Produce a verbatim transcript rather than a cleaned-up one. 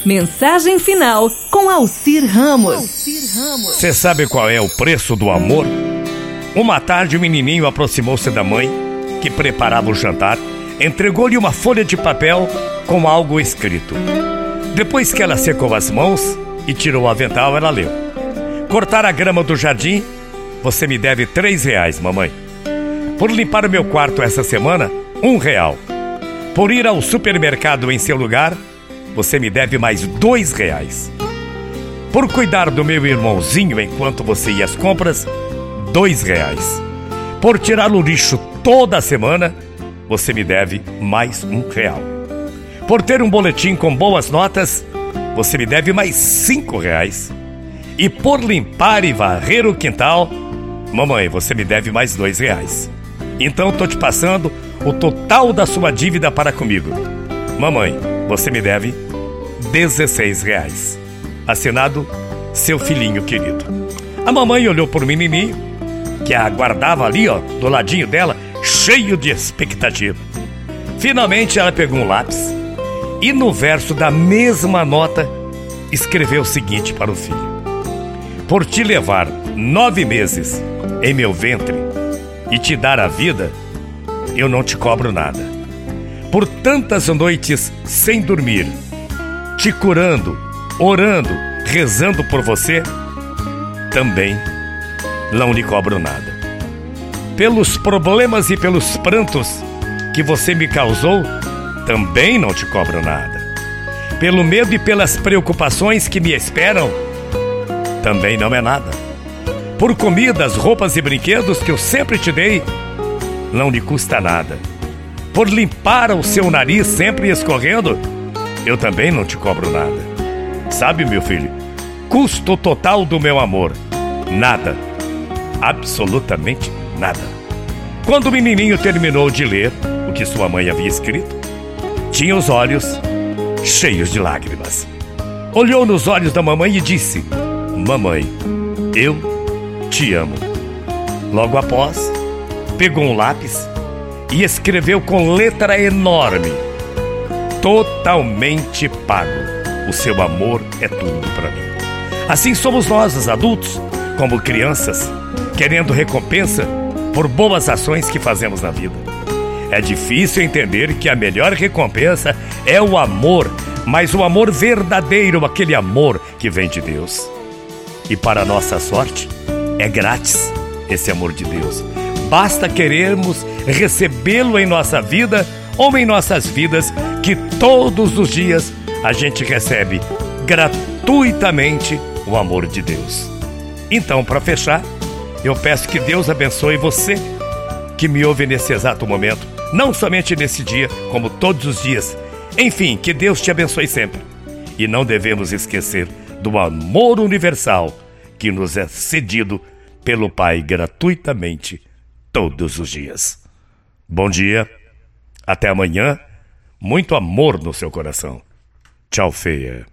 Mensagem final com Alcir Ramos. Você sabe qual é o preço do amor? Uma tarde o menininho aproximou-se da mãe, que preparava o jantar, entregou-lhe uma folha de papel com algo escrito. Depois que ela secou as mãos e tirou o avental, ela leu: cortar a grama do jardim, você me deve três reais, mamãe. Por limpar o meu quarto essa semana, um real. Por ir ao supermercado em seu lugar, você me deve mais dois reais. Por cuidar do meu irmãozinho enquanto você ia às compras, dois reais. Por tirar o lixo toda semana, você me deve mais um real. Por ter um boletim com boas notas, você me deve mais cinco reais. E por limpar e varrer o quintal, mamãe, você me deve mais dois reais. Então tô te passando o total da sua dívida para comigo. Mamãe, você me deve dezesseis reais. Assinado, seu filhinho querido. A mamãe olhou para o menininho, que a aguardava ali, ó, do ladinho dela, cheio de expectativa. Finalmente ela pegou um lápis e no verso da mesma nota escreveu o seguinte para o filho: por te levar nove meses em meu ventre e te dar a vida, eu não te cobro nada. Por tantas noites sem dormir, te curando, orando, rezando por você, também não lhe cobro nada. Pelos problemas e pelos prantos que você me causou, também não te cobro nada. Pelo medo e pelas preocupações que me esperam, também não é nada. Por comidas, roupas e brinquedos que eu sempre te dei, não lhe custa nada. Por limpar o seu nariz sempre escorrendo, eu também não te cobro nada. Sabe, meu filho, custo total do meu amor, nada. Absolutamente nada. Quando o menininho terminou de ler o que sua mãe havia escrito, tinha os olhos cheios de lágrimas. Olhou nos olhos da mamãe e disse: mamãe, eu te amo. Logo após, pegou um lápis e escreveu com letra enorme: totalmente pago. O seu amor é tudo para mim. Assim somos nós, os adultos, como crianças, querendo recompensa por boas ações que fazemos na vida. É difícil entender que a melhor recompensa é o amor, mas o amor verdadeiro, aquele amor que vem de Deus. E para nossa sorte, é grátis esse amor de Deus. Basta querermos recebê-lo em nossa vida ou em nossas vidas, que todos os dias a gente recebe gratuitamente o amor de Deus. Então, para fechar, eu peço que Deus abençoe você que me ouve nesse exato momento, não somente nesse dia, como todos os dias. Enfim, que Deus te abençoe sempre. E não devemos esquecer do amor universal que nos é cedido pelo Pai gratuitamente todos os dias. Bom dia, até amanhã, muito amor no seu coração. Tchau, feia.